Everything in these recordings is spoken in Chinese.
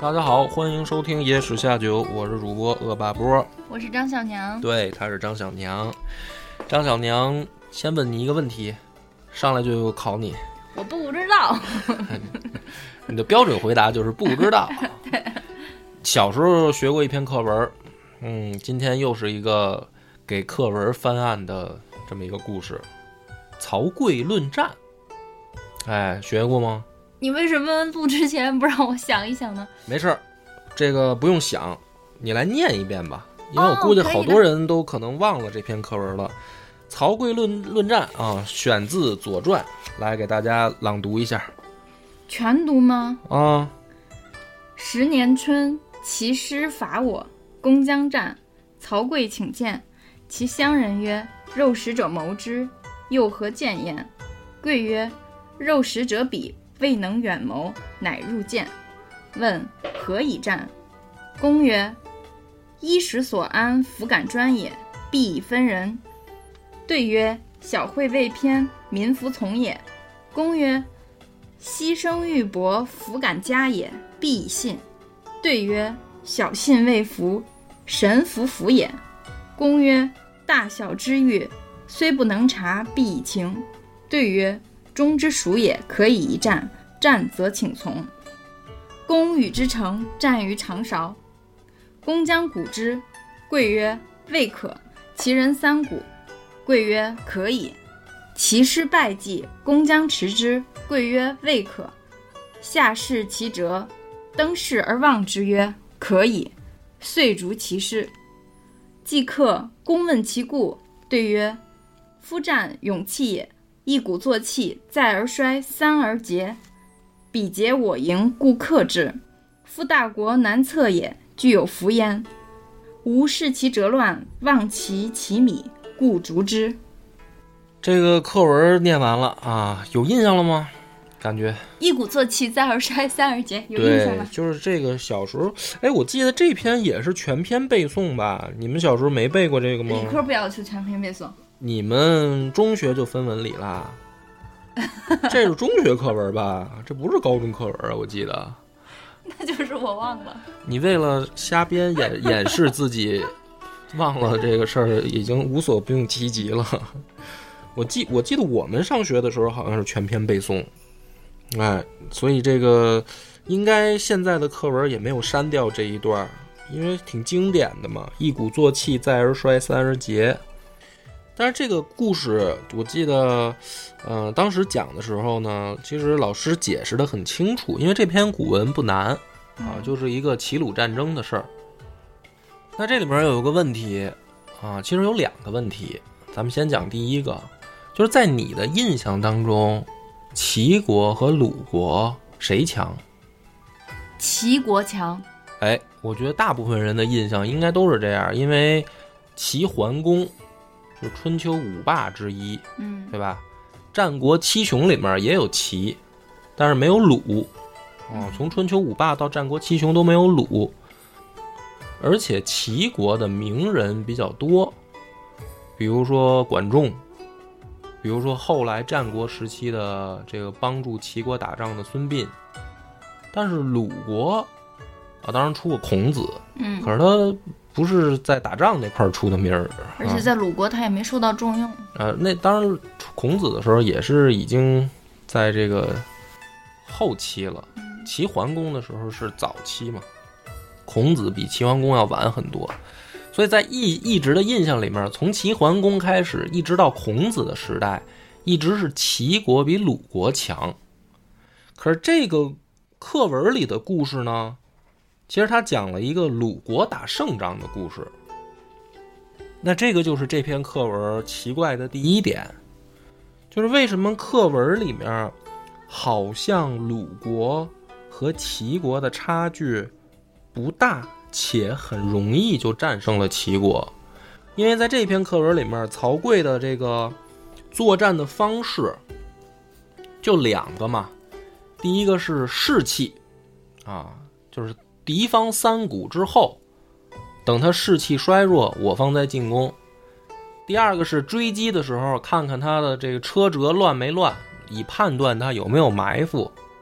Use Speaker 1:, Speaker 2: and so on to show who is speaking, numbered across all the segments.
Speaker 1: 大家好，欢迎收听野史下酒，我是主播恶霸波，
Speaker 2: 我是张小娘。
Speaker 1: 对，她是张小娘。张小娘先问你一个问题，上来就考你。
Speaker 2: 我不知道。
Speaker 1: 你的标准回答就是不知道。
Speaker 2: 对，
Speaker 1: 小时候学过一篇课文，今天又是一个给课文翻案的这么一个故事，曹刿论战。哎，学过吗？
Speaker 2: 你为什么录之前不让我想一想呢？
Speaker 1: 没事，这个不用想，你来念一遍吧，因为我估计好多人都可能忘了这篇课文了。曹刿论战啊，选自《左传》，来给大家朗读一下。
Speaker 2: 全读吗？
Speaker 1: 啊。
Speaker 2: 10年春，其师伐我，公将战。曹刿请见，其乡人曰：“肉食者谋之，又何见焉？”刿曰：“肉食者鄙，未能远谋，乃入见。问何以战？公曰：“衣食所安，弗敢专也，必以分人。”对曰：“小惠未偏，民服从也。”公曰：“牺牲玉帛，弗敢加也，必以信。”对曰：“小信未服，神服也。”公曰：“大小之欲，虽不能察，必以情。”对曰：“忠之属也，可以一战，战则请从。”公与之成，战于长勺。公将鼓之，刿曰：“未可。”其人3鼓。刿曰：“可以。”其师败绩，公将持之，刿曰：“未可。”下视其辙，登视而望之曰：“可以。”遂逐其师。既克，公问其故，对曰：“夫战，勇气也。一鼓作气，再而衰，三而竭。彼竭我盈，故克之。夫大国难测也，具有福焉。吾视其辙乱，望其其米，故逐之。”
Speaker 1: 这个课文念完了啊，有印象了吗？感觉
Speaker 2: 一鼓作气，再而衰，三而竭，有印象吗？
Speaker 1: 对，就是这个小时候，我记得这篇也是全篇背诵吧？你们小时候没背过这个吗？
Speaker 2: 理科不要求全篇背诵。
Speaker 1: 你们中学就分文理啦？这是中学课文吧？这不是高中课文啊，我记得。
Speaker 2: 那就是我忘了。
Speaker 1: 你为了瞎编掩饰自己忘了这个事儿，已经无所不用其极了。我记得我们上学的时候好像是全篇背诵，所以这个应该现在的课文也没有删掉这一段，因为挺经典的嘛，一鼓作气，再而衰，三而竭。但是这个故事我记得当时讲的时候呢，其实老师解释得很清楚，因为这篇古文不难啊，就是一个齐鲁战争的事儿。那这里边有一个问题啊，其实有2个问题，咱们先讲第一个，就是在你的印象当中，齐国和鲁国谁强？
Speaker 2: 齐国强。
Speaker 1: 我觉得大部分人的印象应该都是这样，因为齐桓公是春秋5霸之一，对吧？战国7雄里面也有齐，但是没有鲁。从春秋5霸到战国7雄都没有鲁，而且齐国的名人比较多，比如说管仲，比如说后来战国时期的这个帮助齐国打仗的孙膑。但是鲁国当然出过孔子，可是他不是在打仗那块出的名儿，
Speaker 2: 而且在鲁国他也没受到重用。
Speaker 1: 那当然孔子的时候也是已经在这个后期了，齐桓公的时候是早期嘛，孔子比齐桓公要晚很多，所以在一直的印象里面，从齐桓公开始一直到孔子的时代，一直是齐国比鲁国强。可是这个课文里的故事呢，其实他讲了一个鲁国打胜仗的故事。那这个就是这篇课文奇怪的第一点，就是为什么课文里面好像鲁国和齐国的差距不大，且很容易就战胜了齐国。因为在这篇课文里面，曹刿的这个作战的方式就2个嘛。第一个是士气就是敌方3鼓之后，等他士气衰弱，我方再进攻。第2个是追击的时候，看看他的这个车辙乱没乱，以判断他有没有埋伏。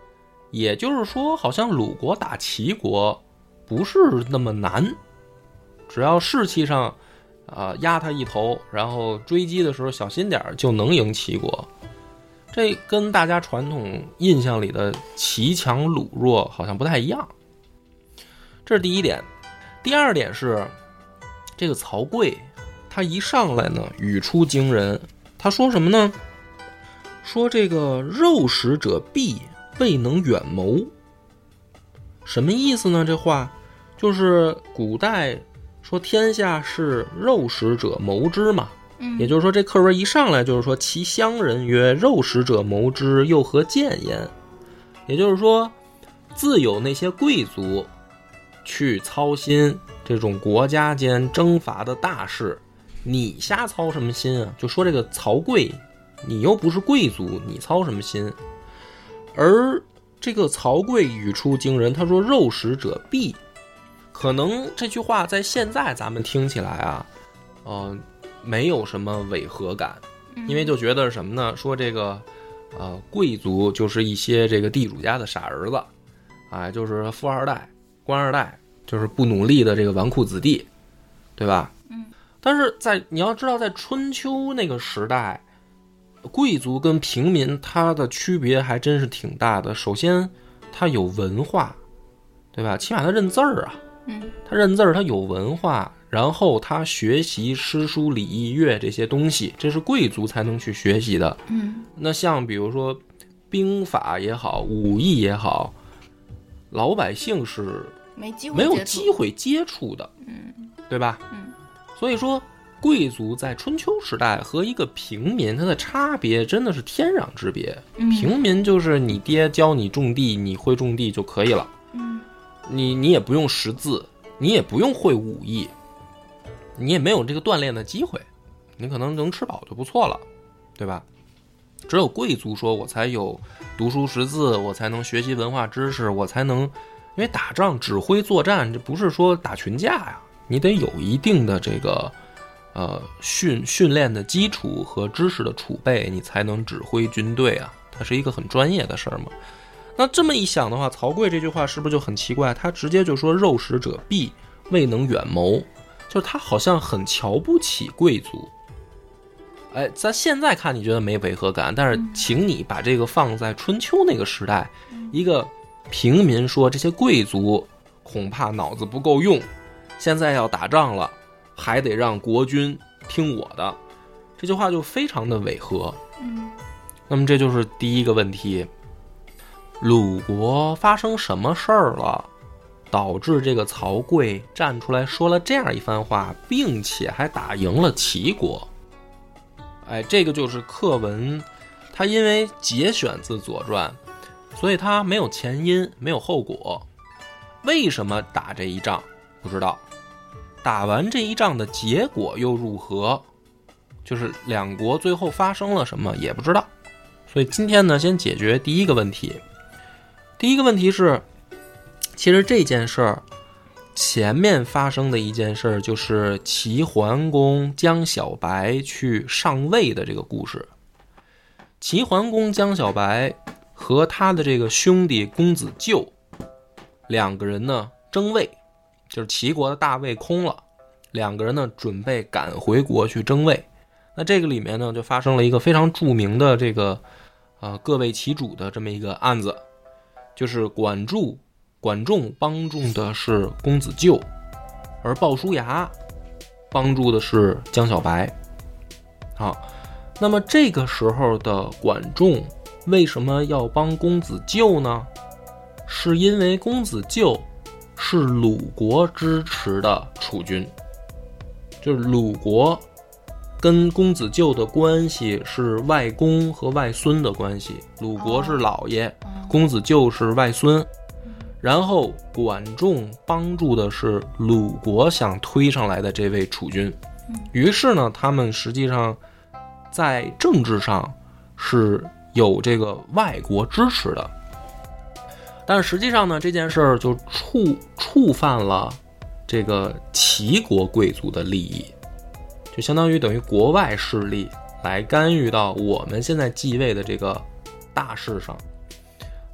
Speaker 1: 也就是说，好像鲁国打齐国不是那么难，只要士气上压他一头，然后追击的时候小心点就能赢齐国。这跟大家传统印象里的齐强鲁弱好像不太一样。这是第一点。第二点是这个曹刿他一上来呢语出惊人，他说什么呢？说这个肉食者鄙，未能远谋。什么意思呢？这话就是古代说天下是肉食者谋之嘛，也就是说这课文一上来就是说其乡人曰肉食者谋之，又何见焉。也就是说自有那些贵族去操心这种国家间征伐的大事，你瞎操什么心啊？就说这个曹刿，你又不是贵族，你操什么心？而这个曹刿语出惊人，他说肉食者鄙。可能这句话在现在咱们听起来没有什么违和感，因为就觉得什么呢？说这个贵族就是一些这个地主家的傻儿子，就是富二代、官二代，就是不努力的这个纨绔子弟，对吧？但是你要知道，在春秋那个时代，贵族跟平民他的区别还真是挺大的。首先，他有文化，对吧？起码他认字儿啊，他认字儿，他有文化，然后他学习诗书礼仪乐这些东西，这是贵族才能去学习的。那像比如说兵法也好，武艺也好，老百姓是没有机会接触的，对吧？所以说贵族在春秋时代和一个平民他的差别真的是天壤之别。平民就是你爹教你种地，你会种地就可以了，你也不用识字，你也不用会武艺，你也没有这个锻炼的机会，你可能能吃饱就不错了，对吧？只有贵族说我才有读书识字，我才能学习文化知识，我才能，因为打仗指挥作战，这不是说打群架呀，你得有一定的这个训练的基础和知识的储备，你才能指挥军队啊，它是一个很专业的事儿嘛。那这么一想的话，曹刿这句话是不是就很奇怪？他直接就说肉食者鄙，未能远谋，就是他好像很瞧不起贵族。咱现在看你觉得没违和感，但是请你把这个放在春秋那个时代，一个平民说这些贵族恐怕脑子不够用，现在要打仗了还得让国军听我的，这句话就非常的违和。那么这就是第一个问题，鲁国发生什么事儿了，导致这个曹刿站出来说了这样一番话，并且还打赢了齐国。这个就是课文它因为节选自左传，所以它没有前因，没有后果。为什么打这一仗不知道，打完这一仗的结果又如何，就是两国最后发生了什么也不知道。所以今天呢，先解决第一个问题。第一个问题是，其实这件事儿前面发生的一件事儿，就是齐桓公姜小白去上位的这个故事。齐桓公姜小白和他的这个兄弟公子纠两个人呢争位，就是齐国的大位空了，两个人呢准备赶回国去争位。那这个里面呢就发生了一个非常著名的这个各为其主的这么一个案子，就是管仲帮助的是公子纠，而鲍叔牙帮助的是姜小白。那么这个时候的管仲为什么要帮公子纠呢？是因为公子纠是鲁国支持的储君，就是鲁国跟公子纠的关系是外公和外孙的关系，鲁国是老爷，公子纠是外孙。然后管仲帮助的是鲁国想推上来的这位储君，于是呢他们实际上在政治上是有这个外国支持的，但是实际上呢这件事儿就触犯了这个齐国贵族的利益，就相当于等于国外势力来干预到我们现在继位的这个大事上。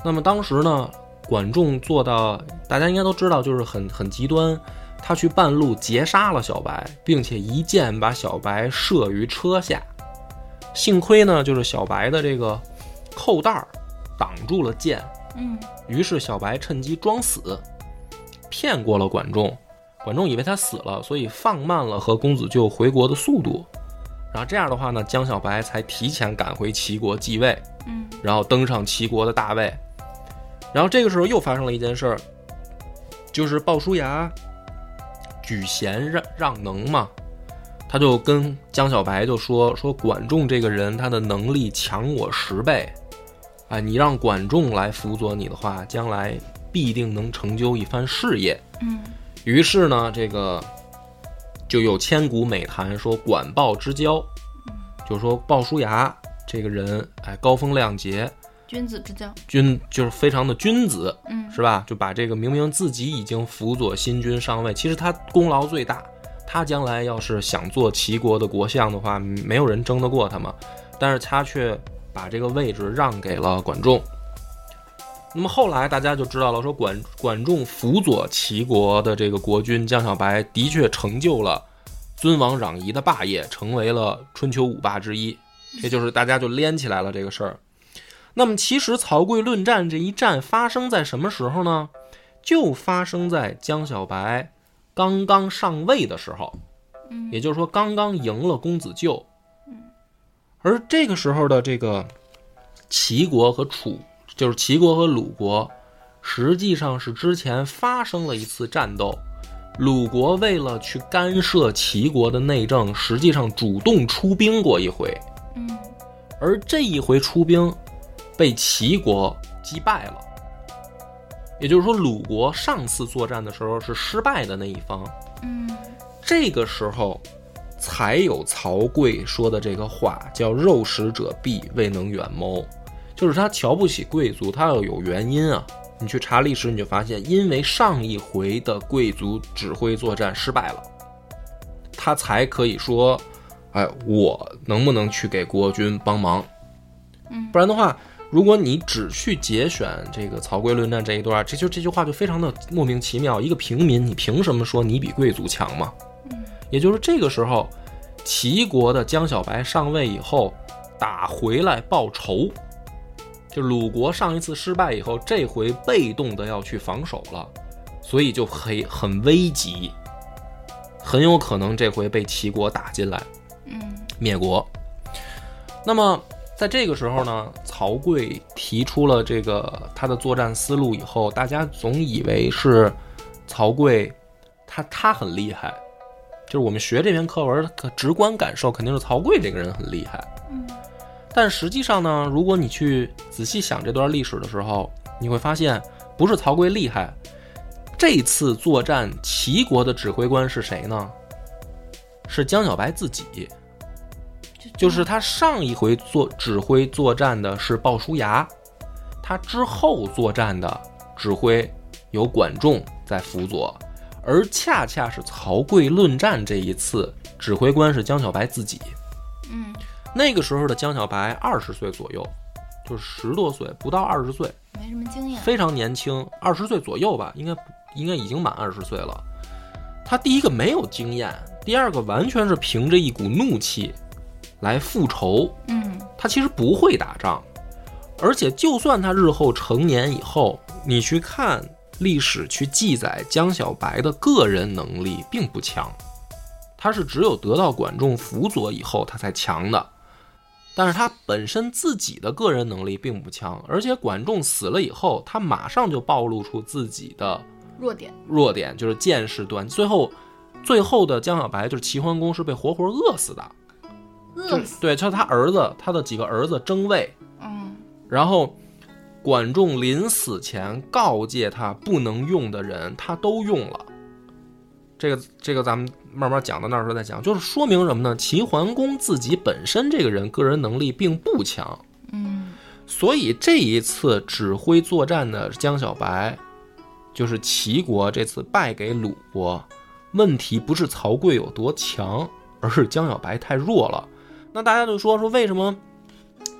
Speaker 1: 那么当时呢，管仲做到大家应该都知道，就是很极端，他去半路截杀了小白，并且一箭把小白射于车下。幸亏呢，就是小白的这个扣带挡住了箭，于是小白趁机装死，骗过了管仲。管仲以为他死了，所以放慢了和公子纠回国的速度。然后这样的话呢，江小白才提前赶回齐国继位，然后登上齐国的大位。然后这个时候又发生了一件事儿，就是鲍叔牙举贤让能嘛，他就跟江小白就说管仲这个人他的能力强我10倍，你让管仲来辅佐你的话，将来必定能成就一番事业。于是呢，这个就有千古美谈说管鲍之交，就是说鲍叔牙这个人高风亮节，
Speaker 2: 君子之交，
Speaker 1: 就是非常的君子，是吧？就把这个明明自己已经辅佐新君上位，其实他功劳最大，他将来要是想做齐国的国相的话，没有人争得过他嘛。但是他却把这个位置让给了管仲。那么后来大家就知道了，说管仲辅佐齐国的这个国君江小白，的确成就了尊王攘夷的霸业，成为了春秋5霸之一。这就是大家就连起来了这个事儿。那么其实曹刿论战这一战发生在什么时候呢？就发生在江小白刚刚上位的时候，也就是说刚刚赢了公子纠。而这个时候的这个齐国和就是齐国和鲁国，实际上是之前发生了一次战斗，鲁国为了去干涉齐国的内政，实际上主动出兵过一回。而这一回出兵被齐国击败了，也就是说鲁国上次作战的时候是失败的那一方。这个时候才有曹刿说的这个话，叫肉食者必，未能远谋，就是他瞧不起贵族，他要有原因啊。你去查历史你就发现，因为上一回的贵族指挥作战失败了，他才可以说我能不能去给国君帮忙。不然的话，如果你只去节选这个曹刿论战这一段，这句话就非常的莫名其妙。一个平民，你凭什么说你比贵族强吗？也就是这个时候，齐国的江小白上位以后，打回来报仇。就鲁国上一次失败以后，这回被动的要去防守了，所以就很危急，很有可能这回被齐国打进来，灭国。那么在这个时候呢，曹刿提出了这个他的作战思路以后，大家总以为是曹刿他很厉害，就是我们学这篇课文直观感受肯定是曹刿这个人很厉害。但实际上呢，如果你去仔细想这段历史的时候，你会发现不是曹刿厉害，这次作战齐国的指挥官是谁呢？是江小白自己。就是他上一回指挥作战的是鲍叔牙，他之后作战的指挥由管仲在辅佐，而恰恰是曹刿论战这一次指挥官是江小白自己。那个时候的江小白20岁左右，就是10多岁，不到20岁，
Speaker 2: 没什么经验，
Speaker 1: 非常年轻，20岁左右吧，应该已经满20岁了。他第一个没有经验，第二个完全是凭着一股怒气来复仇。他其实不会打仗，而且就算他日后成年以后，你去看历史去记载江小白的个人能力并不强，他是只有得到管仲辅佐以后他才强的。但是他本身自己的个人能力并不强，而且管仲死了以后，他马上就暴露出自己的弱点，就是见识短。最后的江小白就是齐桓公是被活活饿死的。对，就是他的几个儿子争位，然后管仲临死前告诫他不能用的人他都用了。这个咱们慢慢讲到那儿时候再讲，就是说明什么呢？齐桓公自己本身这个人个人能力并不强，所以这一次指挥作战的江小白，就是齐国这次败给鲁国，问题不是曹刿有多强，而是江小白太弱了。那大家就说为什么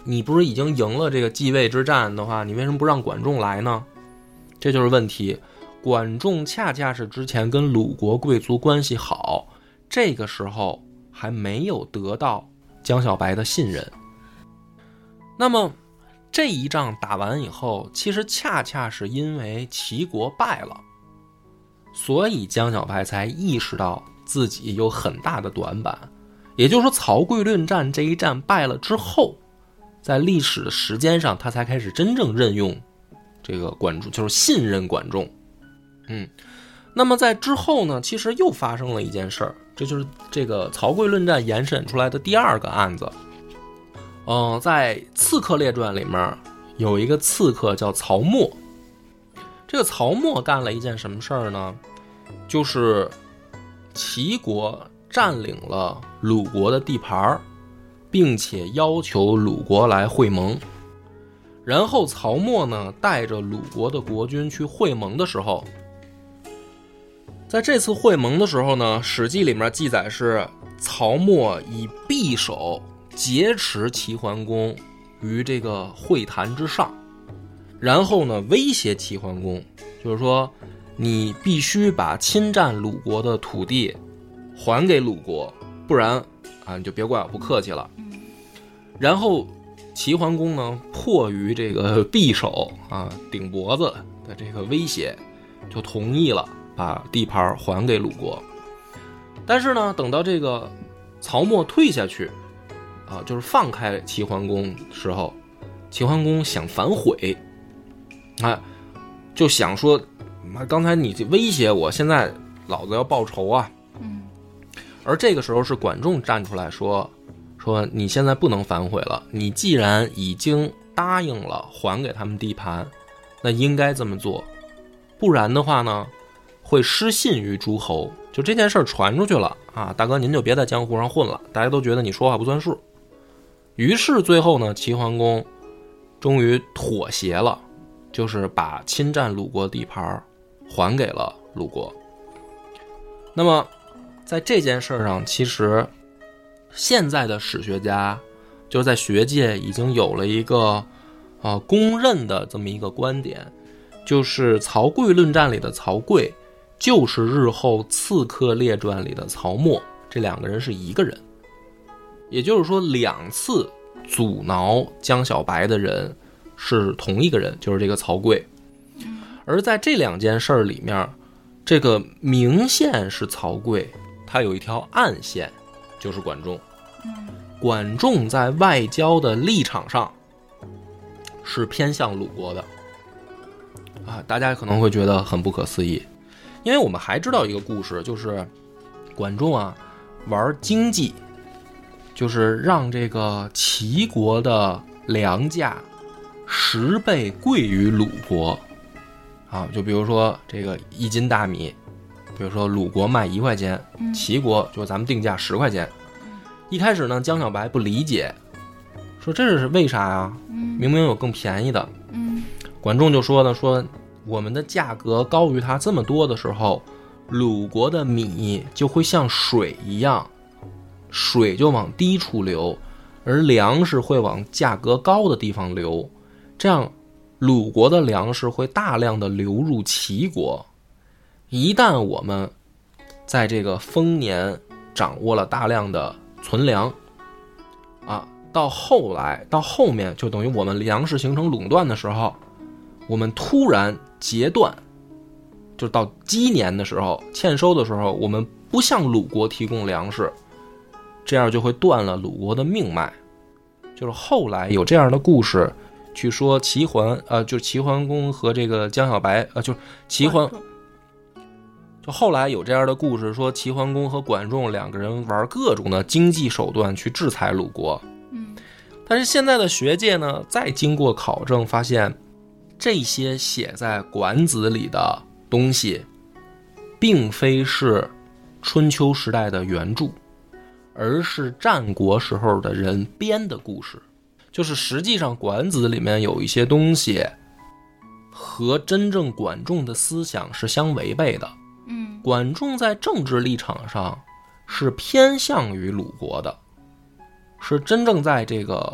Speaker 1: 你不是已经赢了这个继位之战的话，你为什么不让管仲来呢？这就是问题。管仲恰恰是之前跟鲁国贵族关系好，这个时候还没有得到江小白的信任。那么这一仗打完以后，其实恰恰是因为齐国败了，所以江小白才意识到自己有很大的短板。也就是说，曹刿论战这一战败了之后，在历史的时间上，他才开始真正任用这个管仲，就是信任管仲。那么在之后呢，其实又发生了一件事儿，这就是这个曹刿论战延伸出来的第二个案子。在《刺客列传》里面有一个刺客叫曹沫。这个曹沫干了一件什么事儿呢？就是齐国占领了鲁国的地盘，并且要求鲁国来会盟。然后曹沫呢，带着鲁国的国君去会盟的时候，在这次会盟的时候呢，《史记》里面记载是曹沫以匕首劫持齐桓公于这个会谈之上，然后呢威胁齐桓公，就是说你必须把侵占鲁国的土地还给鲁国，不然你就别怪我不客气了。然后齐桓公呢，迫于这个匕首顶脖子的这个威胁，就同意了把地盘还给鲁国。但是呢，等到这个曹沫退下去就是放开齐桓公的时候，齐桓公想反悔，就想说，刚才你威胁我，现在老子要报仇啊。而这个时候是管仲站出来说你现在不能反悔了，你既然已经答应了还给他们地盘，那应该这么做，不然的话呢会失信于诸侯。就这件事传出去了大哥您就别在江湖上混了，大家都觉得你说话不算数。于是最后呢，齐桓公终于妥协了，就是把侵占鲁国地盘还给了鲁国。那么在这件事上，其实现在的史学家就是在学界已经有了一个公认的这么一个观点，就是曹刿论战里的曹刿就是日后刺客列传里的曹沫，这两个人是一个人。也就是说，两次阻挠江小白的人是同一个人，就是这个曹刿。而在这两件事里面，这个明线是曹刿，他有一条暗线就是管仲。管仲在外交的立场上是偏向鲁国的大家可能会觉得很不可思议，因为我们还知道一个故事，就是管仲玩经济，就是让这个齐国的粮价10倍贵于鲁国就比如说这个1斤大米，比如说鲁国卖1块钱，齐国就咱们定价10块钱。一开始呢，江小白不理解，说这是为啥呀？明明有更便宜的。管仲就说呢，说我们的价格高于它这么多的时候，鲁国的米就会像水一样，水就往低处流，而粮食会往价格高的地方流，这样鲁国的粮食会大量的流入齐国。一旦我们在这个丰年掌握了大量的存粮到后面就等于我们粮食形成垄断的时候，我们突然截断，就到鸡年的时候，欠收的时候，我们不向鲁国提供粮食，这样就会断了鲁国的命脉。就是后来有这样的故事去说齐桓公和这个江小白就后来有这样的故事说齐桓公和管仲两个人玩各种的经济手段去制裁鲁国。但是现在的学界呢，再经过考证发现，这些写在管子里的东西并非是春秋时代的原著，而是战国时候的人编的故事。就是实际上管子里面有一些东西和真正管仲的思想是相违背的。管仲在政治立场上是偏向于鲁国的，是真正在这个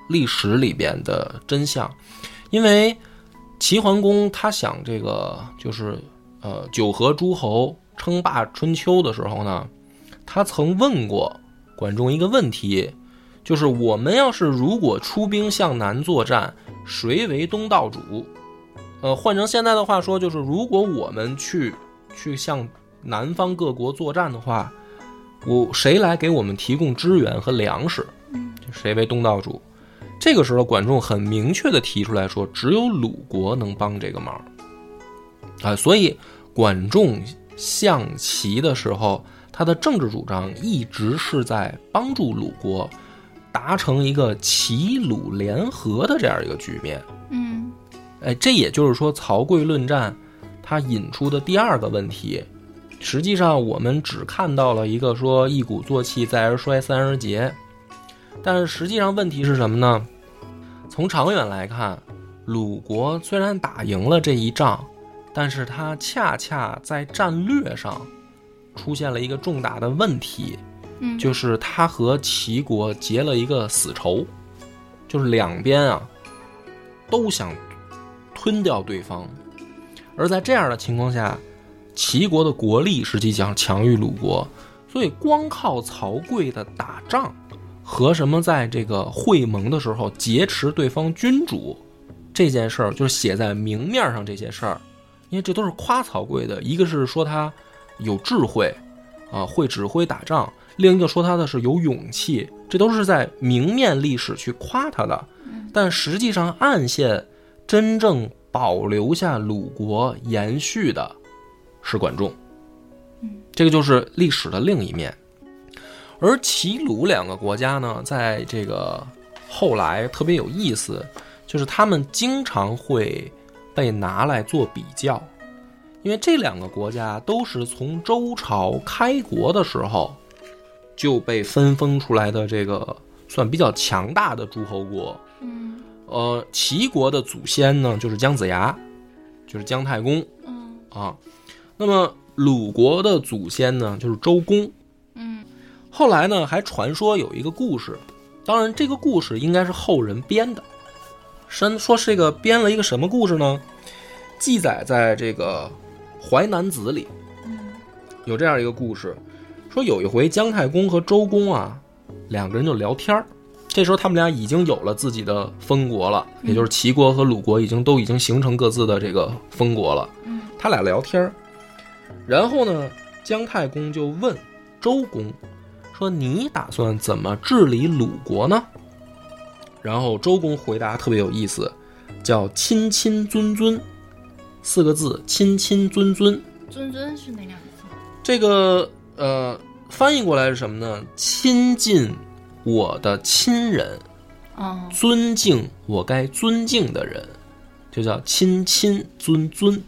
Speaker 1: 历史里边的真相。因为齐桓公他想这个就是九合诸侯称霸春秋的时候呢，他曾问过管仲一个问题，就是我们要是如果出兵向南作战，谁为东道主？换成现在的话说，就是如果我们去向南方各国作战的话，谁来给我们提供支援和粮食？谁为东道主？这个时候管仲很明确地提出来说，只有鲁国能帮这个忙所以管仲向齐的时候，他的政治主张一直是在帮助鲁国达成一个齐鲁联合的这样一个局面。这也就是说曹刿论战它引出的第二个问题，实际上我们只看到了一个说一鼓作气再而衰三而竭，但是实际上问题是什么呢？从长远来看，鲁国虽然打赢了这一仗，但是它恰恰在战略上出现了一个重大的问题，就是它和齐国结了一个死仇，就是两边都想吞掉对方。而在这样的情况下，齐国的国力实际上强于鲁国，所以光靠曹刿的打仗和什么在这个会盟的时候劫持对方君主这件事儿，就是写在明面上这些事儿，因为这都是夸曹刿的，一个是说他有智慧会指挥打仗，另一个说他的是有勇气，这都是在明面历史去夸他的。但实际上暗线真正保留下鲁国延续的是管仲，这个就是历史的另一面。而齐鲁两个国家呢，在这个后来特别有意思，就是他们经常会被拿来做比较，因为这两个国家都是从周朝开国的时候就被分封出来的这个算比较强大的诸侯国。齐国的祖先呢就是姜子牙，就是姜太公那么鲁国的祖先呢就是周公。后来呢还传说有一个故事，当然这个故事应该是后人编的，说是这个编了一个什么故事呢？记载在这个淮南子里有这样一个故事，说有一回姜太公和周公两个人就聊天，这时候他们俩已经有了自己的封国了，也就是齐国和鲁国都已经形成各自的这个封国了。他俩聊天，然后呢姜太公就问周公说，你打算怎么治理鲁国呢？然后周公回答特别有意思，叫亲亲尊尊，4个字，亲亲尊尊。
Speaker 2: 尊尊是哪两个字？
Speaker 1: 这个翻译过来是什么呢？亲近我的亲人，尊敬我该尊敬的人，就叫亲亲尊尊。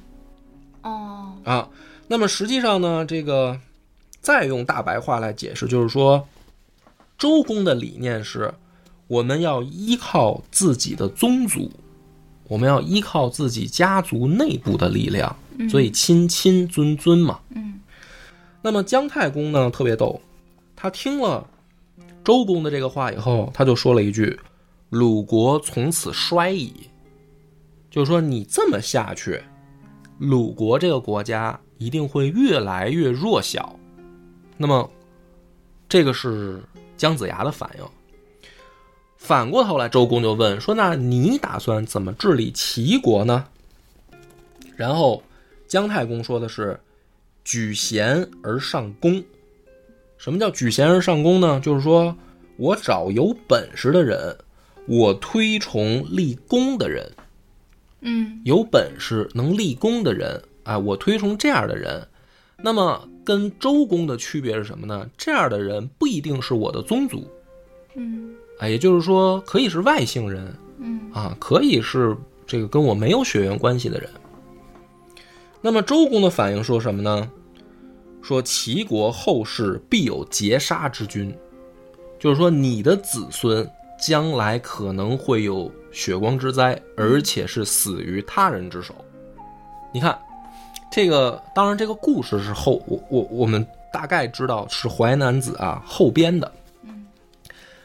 Speaker 1: 那么实际上呢，这个再用大白话来解释，就是说周公的理念是我们要依靠自己的宗族，我们要依靠自己家族内部的力量，所以亲亲尊尊嘛。那么姜太公呢特别逗，他听了周公的这个话以后，他就说了一句，鲁国从此衰矣，就是说你这么下去，鲁国这个国家一定会越来越弱小。那么这个是姜子牙的反应。反过头来周公就问说，那你打算怎么治理齐国呢？然后姜太公说的是举贤而上公。什么叫举贤而上公呢？就是说我找有本事的人，我推崇立功的人。有本事能立功的人我推崇这样的人。那么跟周公的区别是什么呢？这样的人不一定是我的宗族，也就是说可以是外姓人，可以是这个跟我没有血缘关系的人。那么周公的反应说什么呢？说齐国后世必有劫杀之君，就是说你的子孙将来可能会有血光之灾，而且是死于他人之手。你看这个，当然这个故事是我们大概知道是淮南子后编的。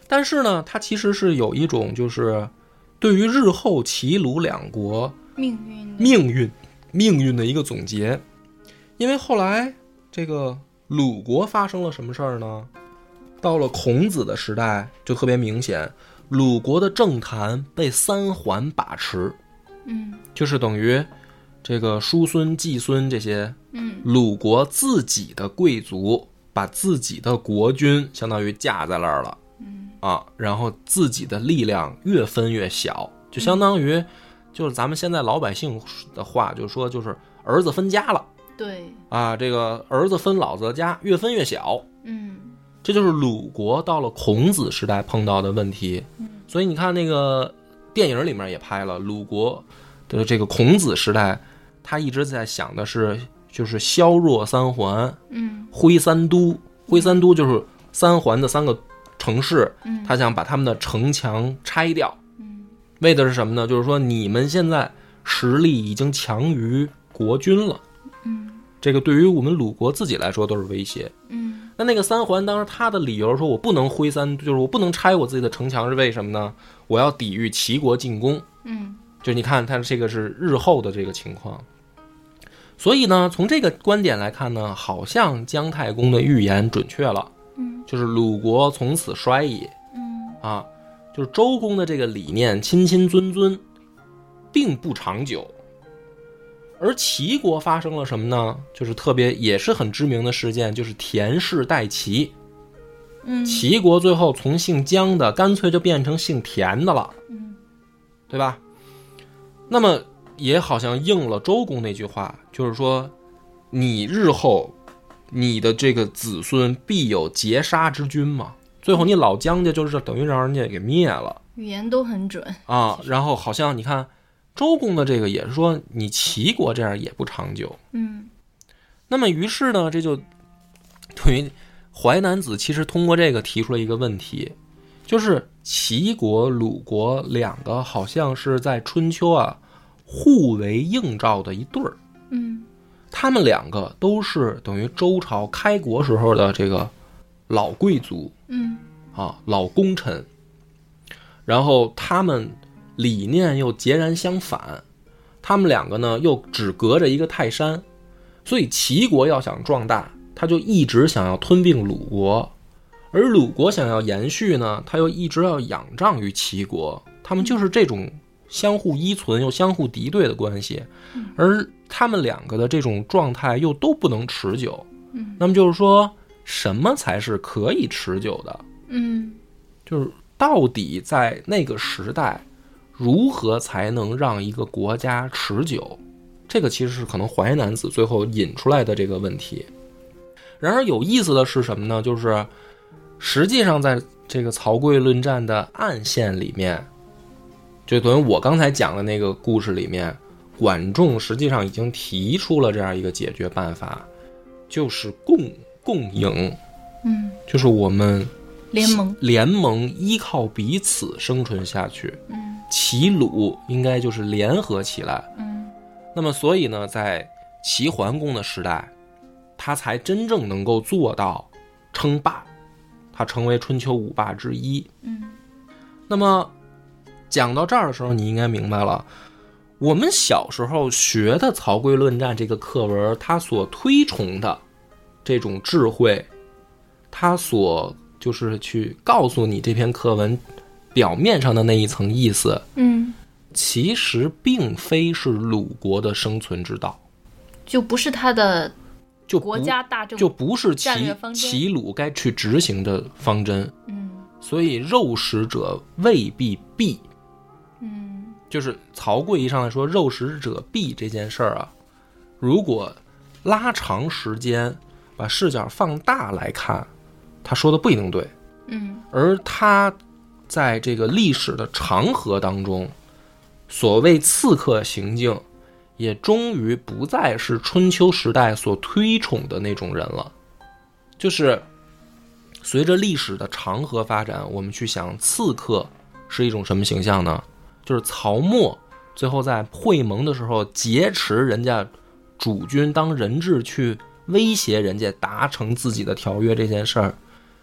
Speaker 1: 但是呢，它其实是有一种就是对于日后齐鲁两国命运的一个总结。因为后来这个鲁国发生了什么事儿呢？到了孔子的时代就特别明显，鲁国的政坛被三桓把持，就是等于这个叔孙季孙这些，鲁国自己的贵族把自己的国君相当于架在那儿了，然后自己的力量越分越小，就相当于就是咱们现在老百姓的话就说就是儿子分家了，
Speaker 2: 对
Speaker 1: 啊，这个儿子分老子的家越分越小，这就是鲁国到了孔子时代碰到的问题。所以你看那个电影里面也拍了鲁国的这个孔子时代，他一直在想的是就是削弱三桓，挥三都就是三桓的3个城市，他想把他们的城墙拆掉，为的是什么呢？就是说你们现在实力已经强于国君了，这个对于我们鲁国自己来说都是威胁。那个三桓当时他的理由说我不能挥就是我不能拆我自己的城墙，是为什么呢？我要抵御齐国进攻。就你看他这个是日后的这个情况。所以呢，从这个观点来看呢，好像姜太公的预言准确了，就是鲁国从此衰也，就是周公的这个理念亲亲尊尊并不长久。而齐国发生了什么呢？就是特别也是很知名的事件，就是田氏代齐。齐国最后从姓姜的干脆就变成姓田的了，对吧？那么也好像应了周公那句话，就是说你日后你的这个子孙必有劫杀之君嘛。最后你老姜家就是等于让人家给灭了，
Speaker 2: 语言都很准
Speaker 1: 啊。然后好像你看周公的这个也是说你齐国这样也不长久。那么于是呢，这就等于淮南子其实通过这个提出了一个问题，就是齐国鲁国两个好像是在春秋互为映照的一对儿。他们两个都是等于周朝开国时候的这个老贵族，老功臣，然后他们理念又截然相反，他们两个呢又只隔着一个泰山，所以齐国要想壮大，他就一直想要吞并鲁国，而鲁国想要延续呢，他又一直要仰仗于齐国，他们就是这种相互依存又相互敌对的关系，而他们两个的这种状态又都不能持久。那么就是说什么才是可以持久的？就是到底在那个时代如何才能让一个国家持久，这个其实是可能淮南子最后引出来的这个问题。然而有意思的是什么呢？就是实际上在这个曹刿论战的暗线里面，就等于我刚才讲的那个故事里面，管仲实际上已经提出了这样一个解决办法，就是共赢。就是我们联盟依靠彼此生存下去。齐鲁应该就是联合起来。那么所以呢，在齐桓公的时代，他才真正能够做到称霸，他成为春秋5霸之一。那么讲到这儿的时候，你应该明白了，我们小时候学的曹刿论战这个课文，他所推崇的这种智慧，他所就是去告诉你这篇课文表面上的那一层意思，其实并非是鲁国的生存之道，
Speaker 2: 就不是他的国家大政，
Speaker 1: 就不是齐鲁该去执行的方针。所以肉食者未必避。就是曹刿一上来说肉食者避这件事儿如果拉长时间把视角放大来看，他说的不一定对。而他在这个历史的长河当中，所谓刺客行径也终于不再是春秋时代所推崇的那种人了。就是随着历史的长河发展，我们去想刺客是一种什么形象呢？就是曹沫最后在会盟的时候劫持人家主君当人质去威胁人家达成自己的条约这件事儿，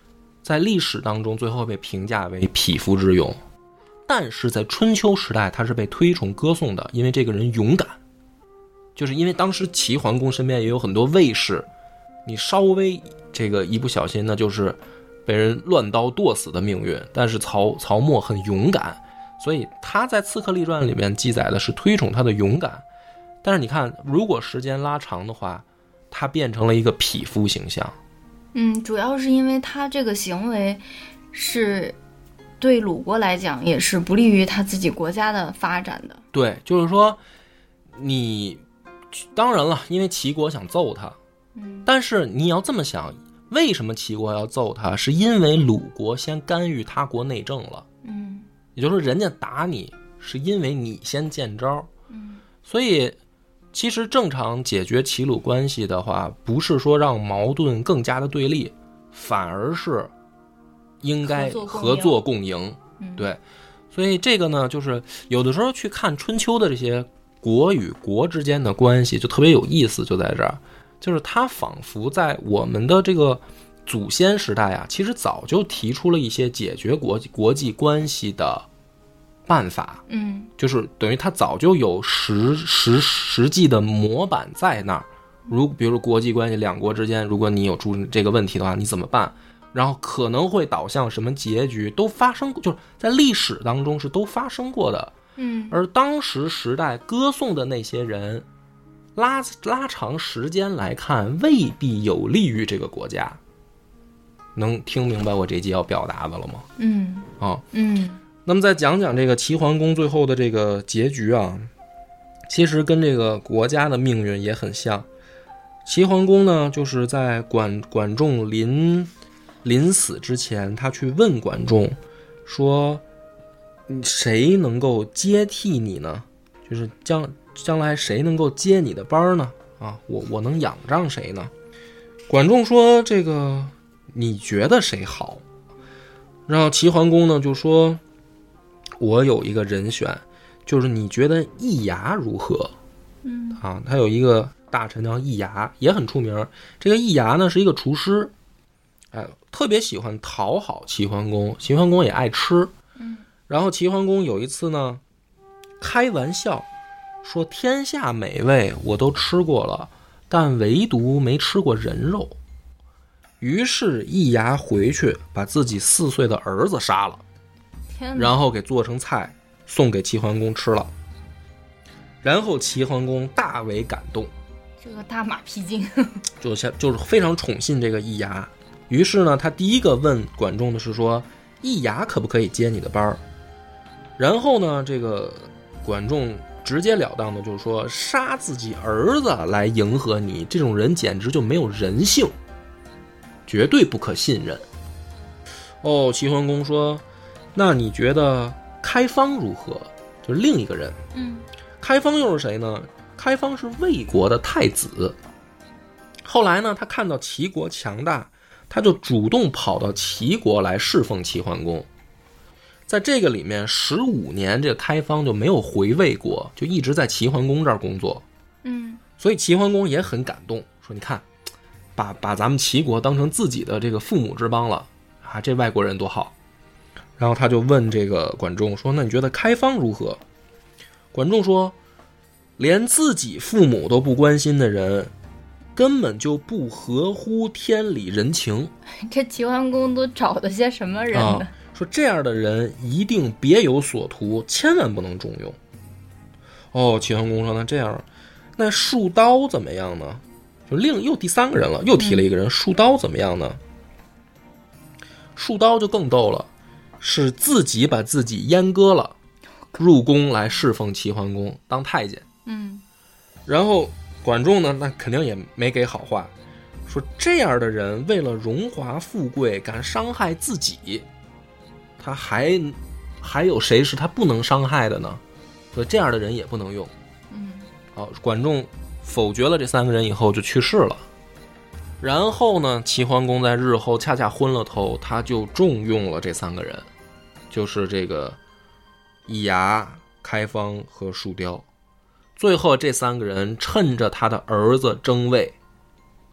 Speaker 1: 在历史当中最后被评价为匹夫之勇，但是在春秋时代他是被推崇歌颂的，因为这个人勇敢。就是因为当时齐桓公身边也有很多卫士，你稍微这个一不小心呢，就是被人乱刀剁死的命运。但是曹沫很勇敢，所以他在《刺客列传》里面记载的是推崇他的勇敢。但是你看，如果时间拉长的话，他变成了一个匹夫形象。
Speaker 2: 主要是因为他这个行为是对鲁国来讲也是不利于他自己国家的发展的。
Speaker 1: 对，就是说你当然了，因为齐国想揍他，但是你要这么想，为什么齐国要揍他？是因为鲁国先干预他国内政了。也就是说人家打你是因为你先见招。所以其实正常解决齐鲁关系的话，不是说让矛盾更加的对立，反而是应该合作共赢。对，所以这个呢，就是有的时候去看春秋的这些国与国之间的关系就特别有意思，就在这儿，就是它仿佛在我们的这个祖先时代啊，其实早就提出了一些解决国际关系的办法。就是等于它早就有实际的模板在那儿。比如国际关系，两国之间，如果你有出这个问题的话，你怎么办？然后可能会导向什么结局，都发生，就是在历史当中是都发生过的。而当时时代歌颂的那些人，拉长时间来看，未必有利于这个国家。能听明白我这集要表达的了吗？那么再讲讲这个齐桓公最后的这个结局啊，其实跟这个国家的命运也很像。齐桓公呢，就是在管仲临死之前，他去问管仲说，谁能够接替你呢？就是将来谁能够接你的班呢？我能仰仗谁呢？管仲说，这个你觉得谁好？然后齐桓公呢就说，我有一个人选，就是你觉得易牙如何？他有一个大臣叫易牙，也很出名。这个易牙呢是一个厨师，特别喜欢讨好齐桓公，齐桓公也爱吃。然后齐桓公有一次呢，开玩笑说，天下美味我都吃过了，但唯独没吃过人肉。于是易牙回去把自己4岁的儿子杀了，然后给做成菜送给齐桓公吃了。然后齐桓公大为感动，
Speaker 2: 这个大马屁精
Speaker 1: 就是非常宠信这个易牙。于是呢，他第一个问管仲的是说，易牙可不可以接你的班？然后呢，这个管仲直截了当的就是说，杀自己儿子来迎合你，这种人简直就没有人性，绝对不可信任。齐桓公说，那你觉得开方如何？就是另一个人。开方又是谁呢？开方是魏国的太子。后来呢，他看到齐国强大，他就主动跑到齐国来侍奉齐桓公。在这个里面15年，这个开方就没有回魏国，就一直在齐桓公这儿工作。所以齐桓公也很感动，说你看，把咱们齐国当成自己的这个父母之邦了啊，这外国人多好。然后他就问这个管仲说，那你觉得开方如何？管仲说，连自己父母都不关心的人，根本就不合乎天理人情。
Speaker 2: 这齐桓公都找的些什么人呢？
Speaker 1: 说这样的人一定别有所图，千万不能重用。齐桓公说，那这样，那树刀怎么样呢？就又第3个人了，又提了一个人，树刀怎么样呢？树刀就更逗了，是自己把自己阉割了，入宫来侍奉齐桓公当太监。然后管仲呢，那肯定也没给好话，说这样的人为了荣华富贵敢伤害自己，他还有谁是他不能伤害的呢？所以这样的人也不能用。管仲否决了这3个人以后就去世了。然后呢，齐桓公在日后恰恰昏了头，他就重用了这3个人，就是这个易牙、开方和树雕。最后这3个人趁着他的儿子争位，就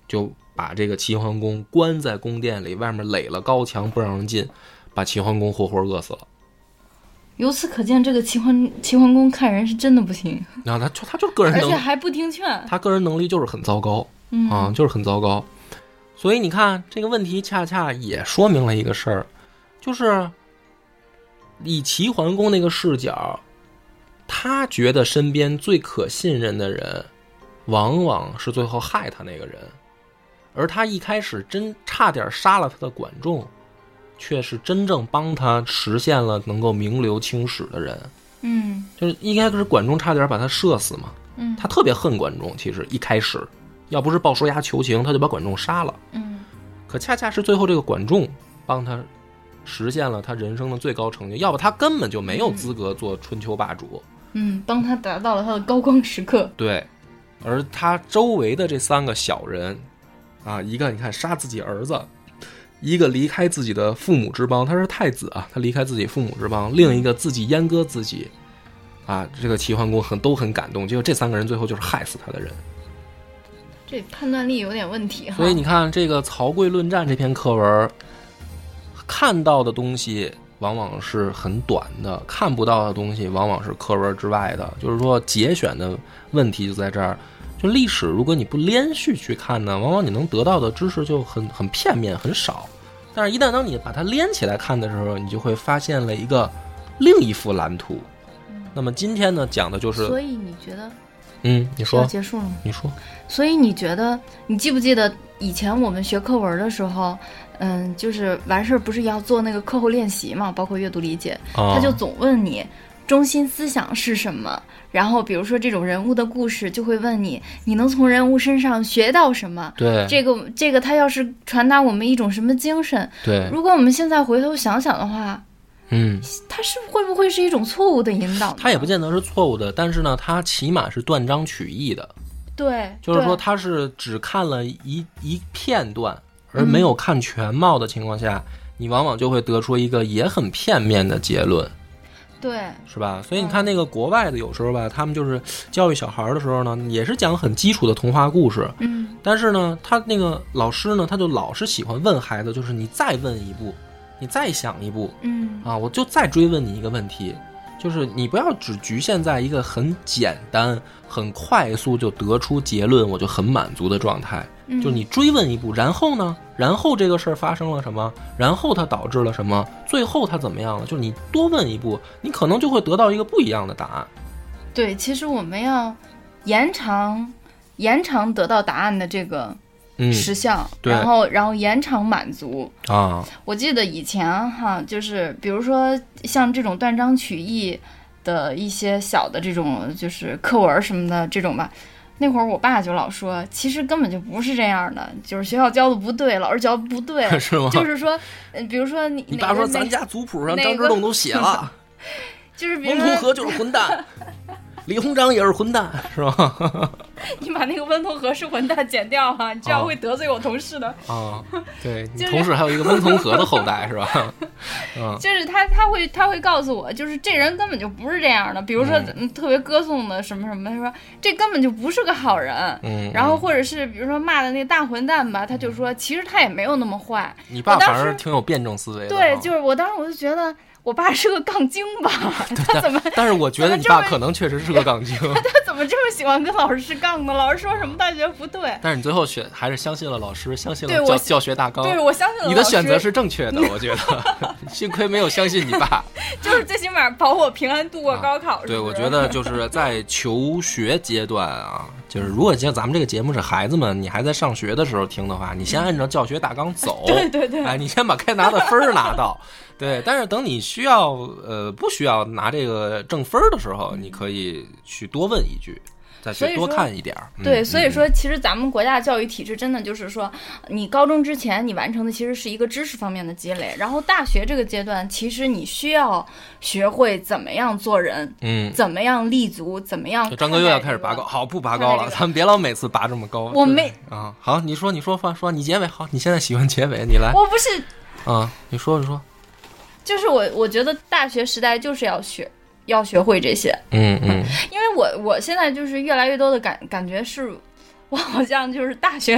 Speaker 1: 把这个齐桓公关在宫殿里，外面垒了高墙不让人进，把齐桓公活活饿死了。
Speaker 2: 由此可见，这个齐桓公看人是真的不行。
Speaker 1: 然后他就是个人能力，
Speaker 2: 而且还不听劝，
Speaker 1: 他个人能力就是很糟糕，就是很糟糕。所以你看这个问题恰恰也说明了一个事儿，就是以齐桓公那个视角，他觉得身边最可信任的人往往是最后害他那个人，而他一开始真差点杀了他的管仲，却是真正帮他实现了能够名留青史的人。就是应该是管仲差点把他射死嘛。他特别恨管仲，其实一开始要不是鲍叔牙求情，他就把管仲杀了。可恰恰是最后这个管仲帮他实现了他人生的最高成就，要不他根本就没有资格做春秋霸主。
Speaker 2: 帮他达到了他的高光时刻。
Speaker 1: 对，而他周围的这3个小人啊，一个你看杀自己儿子，一个离开自己的父母之邦，他是太子啊，他离开自己父母之邦，另一个自己阉割自己啊，这个齐桓公都很感动，结果这3个人最后就是害死他的人。
Speaker 2: 这判断力有点问题哈。
Speaker 1: 所以你看这个《曹刿论战》这篇课文，看到的东西往往是很短的，看不到的东西往往是课文之外的，就是说节选的问题就在这儿。就历史如果你不连续去看呢，往往你能得到的知识就很片面很少，但是一旦当你把它连起来看的时候，你就会发现了另一幅蓝图。那么今天呢讲的就是，所
Speaker 2: 以你觉得
Speaker 1: 你说
Speaker 2: 要结束了吗？
Speaker 1: 你说。
Speaker 2: 所以你觉得，你记不记得以前我们学课文的时候，就是完事儿不是要做那个课后练习嘛，包括阅读理解，他就总问你中心思想是什么，然后比如说这种人物的故事就会问你能从人物身上学到什么。
Speaker 1: 对，
Speaker 2: 这个他要是传达我们一种什么精神。
Speaker 1: 对，
Speaker 2: 如果我们现在回头想想的话，它会不会是一种错误的引导呢？
Speaker 1: 它也不见得是错误的，但是呢，它起码是断章取义的。
Speaker 2: 对，
Speaker 1: 就是说他是只看了一片段，而没有看全貌的情况下，你往往就会得出一个也很片面的结论。
Speaker 2: 对，
Speaker 1: 是吧？所以你看那个国外的有时候吧，他们就是教育小孩的时候呢，也是讲很基础的童话故事。但是呢，他那个老师呢，他就老是喜欢问孩子，就是你再问一步，你再想一步，我就再追问你一个问题。就是你不要只局限在一个很简单很快速就得出结论我就很满足的状态，就是你追问一步，然后呢，然后这个事儿发生了什么，然后它导致了什么，最后它怎么样了，就是你多问一步，你可能就会得到一个不一样的答案。
Speaker 2: 对，其实我们要延长得到答案的这个时效，然后延长满足啊！我记得以前就是比如说像这种断章取义的一些小的这种就是课文什么的这种吧，那会儿我爸就老说，其实根本就不是这样的，就是学校教的不对，老师教的不对，
Speaker 1: 是吗？
Speaker 2: 就是说，比如说你
Speaker 1: 爸说咱家族谱上张之洞都写了，
Speaker 2: 就是比如说
Speaker 1: 温同和就是混蛋。李鸿章也是混蛋，是吧？
Speaker 2: 你把那个温同和是混蛋剪掉啊，你这样会得罪我同事的
Speaker 1: 啊。对，你同事还有一个温同和的后代是吧？
Speaker 2: 就是他会告诉我，就是这人根本就不是这样的。比如说特别歌颂的什么什么，他说这根本就不是个好人。然后或者是比如说骂的那个大混蛋吧，他就说其实他也没有那么坏。
Speaker 1: 你爸反而挺有辩证思维的。
Speaker 2: 对，就是我当时我就觉得。我爸是个杠精吧？他怎么？
Speaker 1: 但是我觉得你爸可能确实是个杠精。
Speaker 2: 他怎么这么喜欢跟老师杠呢？老师说什么他觉得不对。
Speaker 1: 但是你最后还是相信了老师，相信了教学大纲。
Speaker 2: 对，我相信了老师。
Speaker 1: 你的选择是正确的，我觉得。幸亏没有相信你爸。
Speaker 2: 就是最起码保我平安度过高考。
Speaker 1: 对，我觉得就是在求学阶段啊，就是如果像咱们这个节目是孩子们，你还在上学的时候听的话，你先按照教学大纲走。
Speaker 2: 对。
Speaker 1: 哎，你先把该拿的分儿拿到。对，但是等你需要不需要拿这个正分的时候，你可以去多问一句，再去多看一点。
Speaker 2: 对，所以说其实咱们国家的教育体制真的就是说，你高中之前你完成的其实是一个知识方面的积累，然后大学这个阶段，其实你需要学会怎么样做人，怎么样立足，怎么样。
Speaker 1: 张哥又要开始拔高，好，不拔高了，咱们别老每次拔这么高。
Speaker 2: 我没
Speaker 1: 啊，好，你说你结尾，好，你现在喜欢结尾，你来。
Speaker 2: 我不是
Speaker 1: 啊，你说。
Speaker 2: 就是我觉得大学时代就是要学会这些，因为我现在就是越来越多的感觉是，我好像就是大学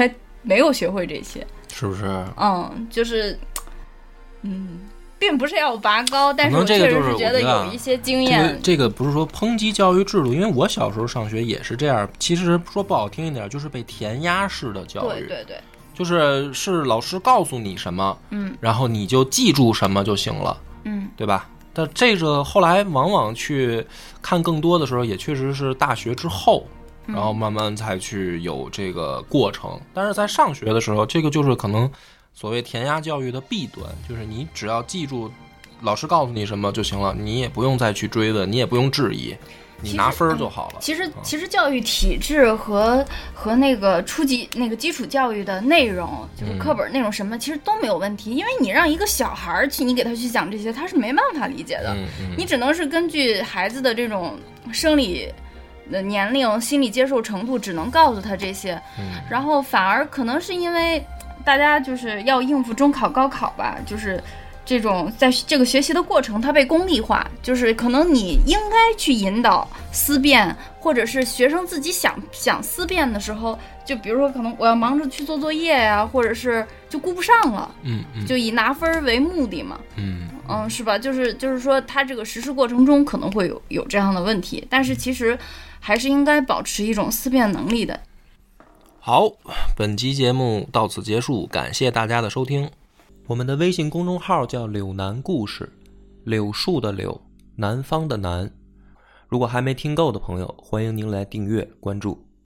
Speaker 2: 没有学会这些，
Speaker 1: 是不是？
Speaker 2: 就是并不是要拔高，但是我确实是觉得有一些经验。
Speaker 1: 这个不是说抨击教育制度，因为我小时候上学也是这样。其实说不好听一点，就是被填鸭式的教育。
Speaker 2: 对，
Speaker 1: 就是老师告诉你什么，然后你就记住什么就行了，对吧？但这个后来往往去看更多的时候，也确实是大学之后，然后慢慢才去有这个过程。但是在上学的时候，这个就是可能所谓填鸭教育的弊端，就是你只要记住老师告诉你什么就行了，你也不用再去追问，你也不用质疑，你拿分就好了。
Speaker 2: 其实教育体制和那个初级那个基础教育的内容，就是课本内容什么，其实都没有问题。因为你让一个小孩去，你给他去讲这些，他是没办法理解的。你只能是根据孩子的这种生理的年龄、心理接受程度，只能告诉他这些。然后反而可能是因为大家就是要应付中考、高考吧，就是这种在这个学习的过程它被功利化，就是可能你应该去引导思辨，或者是学生自己想思辨的时候，就比如说可能我要忙着去做作业呀，或者是就顾不上了，就以拿分为目的嘛，是吧？就是说他这个实施过程中可能会有这样的问题，但是其实还是应该保持一种思辨能力的。
Speaker 1: 好，本期节目到此结束，感谢大家的收听。我们的微信公众号叫柳南故事，柳树的柳，南方的南。如果还没听够的朋友，欢迎您来订阅关注。